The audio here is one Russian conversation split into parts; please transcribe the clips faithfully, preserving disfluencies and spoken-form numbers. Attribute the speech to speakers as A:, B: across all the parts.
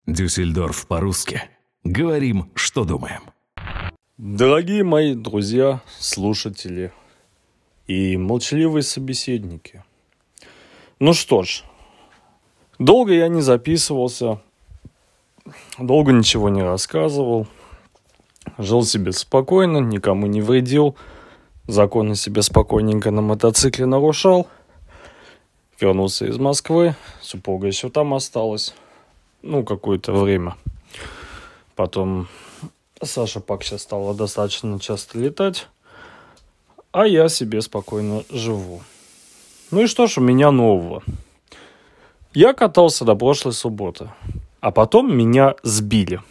A: Дюссельдорф по-русски. Говорим, что думаем.
B: Дорогие мои друзья, слушатели и молчаливые собеседники. Ну что ж, долго я не записывался, долго ничего не рассказывал. Жил себе спокойно, никому не вредил. Законы себе спокойненько на мотоцикле нарушал. Вернулся из Москвы, супруга еще там осталась. Ну, какое-то время. Потом Саша Пакча стала достаточно часто летать. А я себе спокойно живу. Ну и что ж у меня нового? Я катался до прошлой субботы. А потом меня сбили.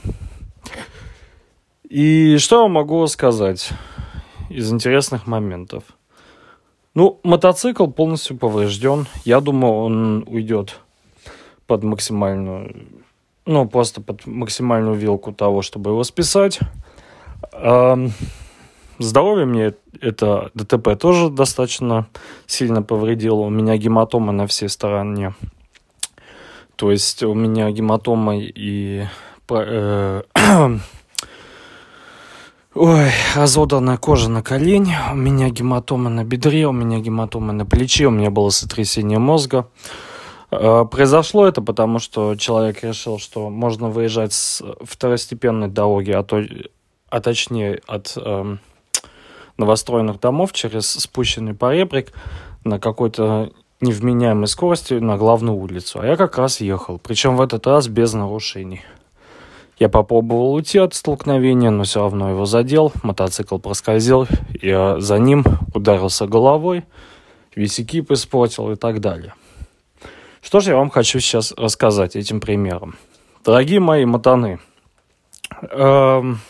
B: И что я могу сказать из интересных моментов? Ну, мотоцикл полностью поврежден. Я думаю, он уйдет под максимальную... Ну, просто под максимальную вилку того, чтобы его списать. Эм, здоровье мне это ДТП тоже достаточно сильно повредило. У меня гематома на всей стороне. То есть у меня гематома и... Э, Ой, разодранная кожа на колене, у меня гематома на бедре, у меня гематома на плече, у меня было сотрясение мозга. Э, произошло это потому, что человек решил, что можно выезжать с второстепенной дороги, а, то, а точнее от э, новостроенных домов через спущенный поребрик на какой-то невменяемой скорости на главную улицу. А я как раз ехал, причем в этот раз без нарушений. Я попробовал уйти от столкновения, но все равно его задел. Мотоцикл проскользил, я за ним ударился головой, весь экип испортил и так далее. Что же я вам хочу сейчас рассказать этим примером. Дорогие мои мотаны, эм,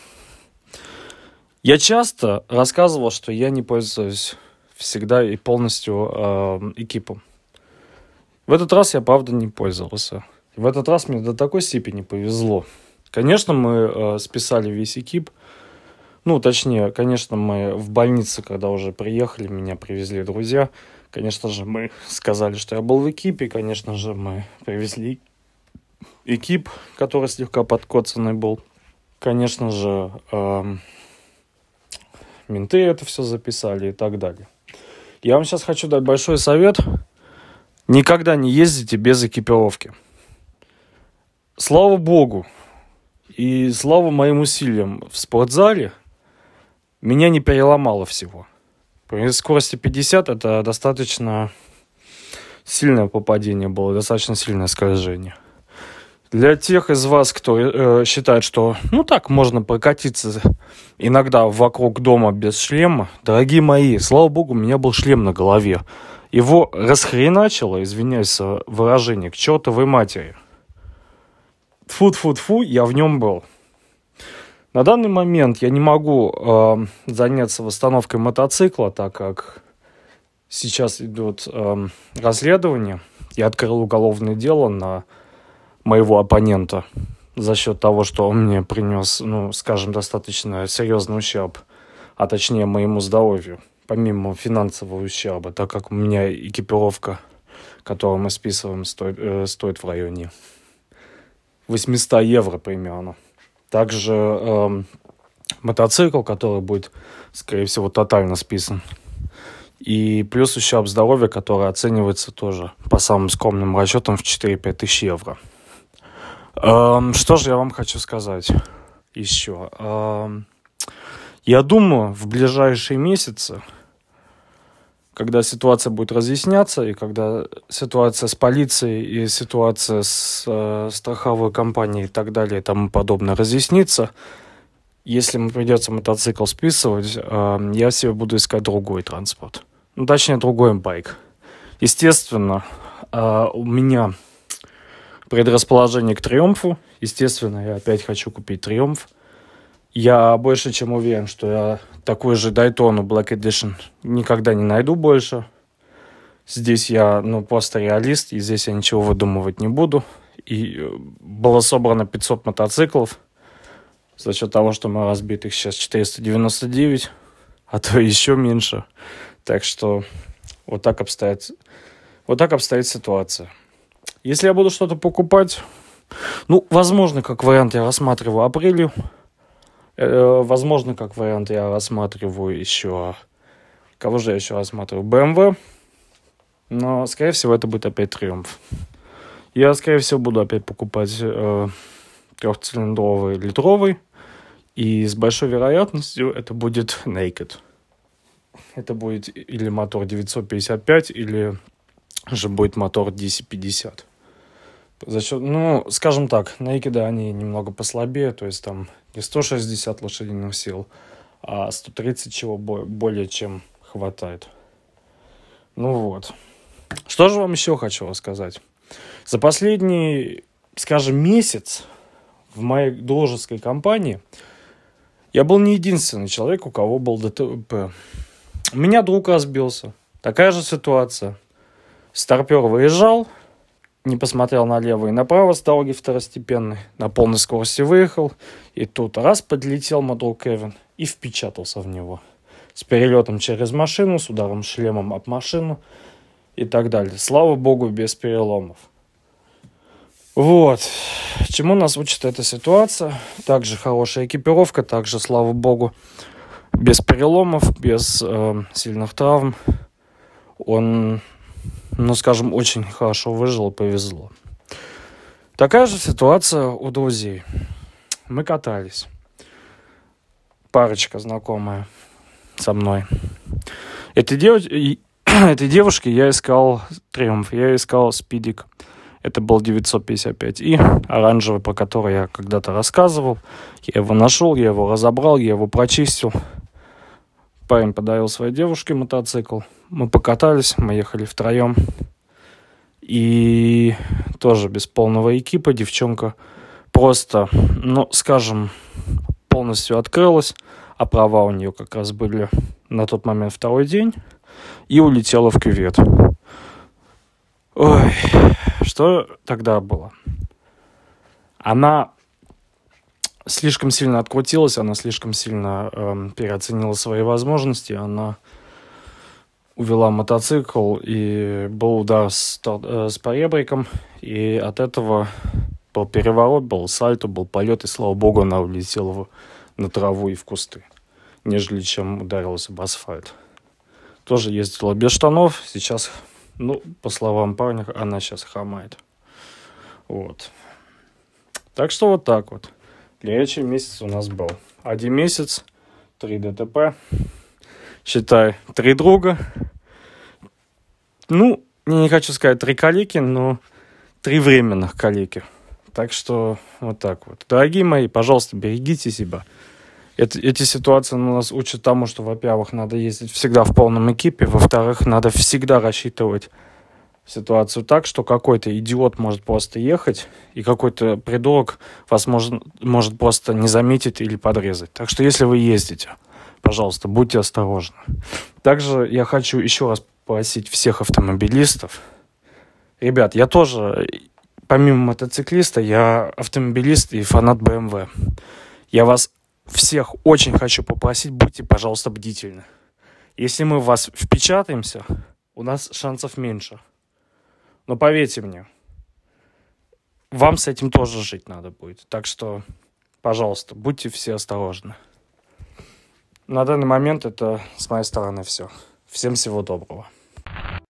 B: я часто рассказывал, что я не пользуюсь всегда и полностью э, экипом. В этот раз я, правда, не пользовался. В этот раз мне до такой степени повезло. Конечно, мы э, списали весь экип. Ну, точнее, конечно, мы в больнице, когда уже приехали, меня привезли друзья. Конечно же, мы сказали, что я был в экипе. Конечно же, мы привезли экип, который слегка подкоцанный был. Конечно же, э, менты это все записали и так далее. Я вам сейчас хочу дать большой совет. Никогда не ездите без экипировки. Слава богу. И слава моим усилиям в спортзале, меня не переломало всего. При скорости пятьдесят это достаточно сильное попадение было, достаточно сильное скольжение. Для тех из вас, кто э, считает, что ну так можно прокатиться иногда вокруг дома без шлема, дорогие мои, слава богу, у меня был шлем на голове. Его расхреначило, извиняюсь за выражение, к чертовой матери. Тьфу-тьфу-тьфу, я в нем был. На данный момент я не могу э, заняться восстановкой мотоцикла, так как сейчас идут э, расследования. Я открыл уголовное дело на моего оппонента за счет того, что он мне принес, ну, скажем, достаточно серьезный ущерб, а точнее моему здоровью, помимо финансового ущерба, так как у меня экипировка, которую мы списываем, стоит, э, стоит в районе восемьсот евро примерно. Также э, мотоцикл, который будет, скорее всего, тотально списан. И плюс ущерб здоровья, который оценивается тоже по самым скромным расчетам в четыре-пять тысяч евро. Э, что же я вам хочу сказать еще? Э, я думаю, в ближайшие месяцы, когда ситуация будет разъясняться, и когда ситуация с полицией и ситуация с э, страховой компанией и так далее и тому подобное разъяснится, если мне придется мотоцикл списывать, э, я себе буду искать другой транспорт. Ну, точнее, другой байк. Естественно, э, у меня предрасположение к Триумфу. Естественно, я опять хочу купить Триумф. Я больше чем уверен, что я такой же Daytona Black Edition никогда не найду больше. Здесь я, ну, просто реалист, и здесь я ничего выдумывать не буду. И было собрано пятьсот мотоциклов. За счет того, что мы разбиты их сейчас четыреста девяносто девять, а то еще меньше. Так что вот так обстоит, вот так обстоит ситуация. Если я буду что-то покупать, Ну, возможно, как вариант я рассматриваю Апрелью. Э, возможно, как вариант я рассматриваю еще... Кого же я еще рассматриваю? бэ эм вэ. Но, скорее всего, это будет опять Триумф. Я, скорее всего, буду опять покупать э, трехцилиндровый литровый. И с большой вероятностью это будет Naked. Это будет или мотор девятьсот пятьдесят пять, или же будет мотор ди си пятьдесят. За счет, ну, скажем так, Naked они немного послабее, то есть там не сто шестьдесят лошадиных сил, а сто тридцать, чего более чем хватает. Ну вот. Что же вам еще хочу рассказать? За последний, скажем, месяц в моей дружеской компании я был не единственный человек, у кого был ДТП. У меня друг разбился. Такая же ситуация. Старпер выезжал, не посмотрел налево и направо с дороги второстепенной, на полной скорости выехал, и тут раз подлетел мой друг Кевин и впечатался в него. С перелетом через машину, с ударом шлемом об машину и так далее. Слава богу, без переломов. Вот. Чему нас учит эта ситуация? Также хорошая экипировка, также, слава богу, без переломов, без э, сильных травм. Он, ну, скажем, очень хорошо выжил, повезло. Такая же ситуация у друзей. Мы катались. Парочка знакомая со мной. Этой, дев... Этой девушке я искал Триумф, я искал Спидик. Это был девятьсот пятьдесят пять и, оранжевый, про который я когда-то рассказывал. Я его нашел, я его разобрал, я его прочистил. Парень подарил своей девушке мотоцикл. Мы покатались, мы ехали втроем. И тоже без полного экипа девчонка просто, ну, скажем, полностью открылась. А права у нее как раз были на тот момент второй день. И улетела в кювет. Ой, что тогда было? Она слишком сильно открутилась, она слишком сильно э, переоценила свои возможности, она увела мотоцикл, и был удар с, э, с поребриком, и от этого был переворот, был сальто, был полет, и, слава богу, она улетела на траву и в кусты, нежели чем ударилась об асфальт. Тоже ездила без штанов, сейчас... Ну, по словам парня, она сейчас хромает. Вот. Так что вот так вот. Горячий месяц у нас был. Один месяц, три ДТП. Считай, три друга. Ну, я не хочу сказать три калеки, но три временных калеки. Так что вот так вот. Дорогие мои, пожалуйста, берегите себя. Это, эти ситуации нас учат тому, что, во-первых, надо ездить всегда в полном экипе, во-вторых, надо всегда рассчитывать ситуацию так, что какой-то идиот может просто ехать, и какой-то придурок вас может, может просто не заметить или подрезать. Так что, если вы ездите, пожалуйста, будьте осторожны. Также я хочу еще раз попросить всех автомобилистов. Ребят, я тоже, помимо мотоциклиста, я автомобилист и фанат бэ эм вэ. Я вас всех очень хочу попросить, будьте, пожалуйста, бдительны. Если мы в вас впечатаемся, у нас шансов меньше. Но поверьте мне, вам с этим тоже жить надо будет. Так что, пожалуйста, будьте все осторожны. На данный момент это с моей стороны все. Всем всего доброго.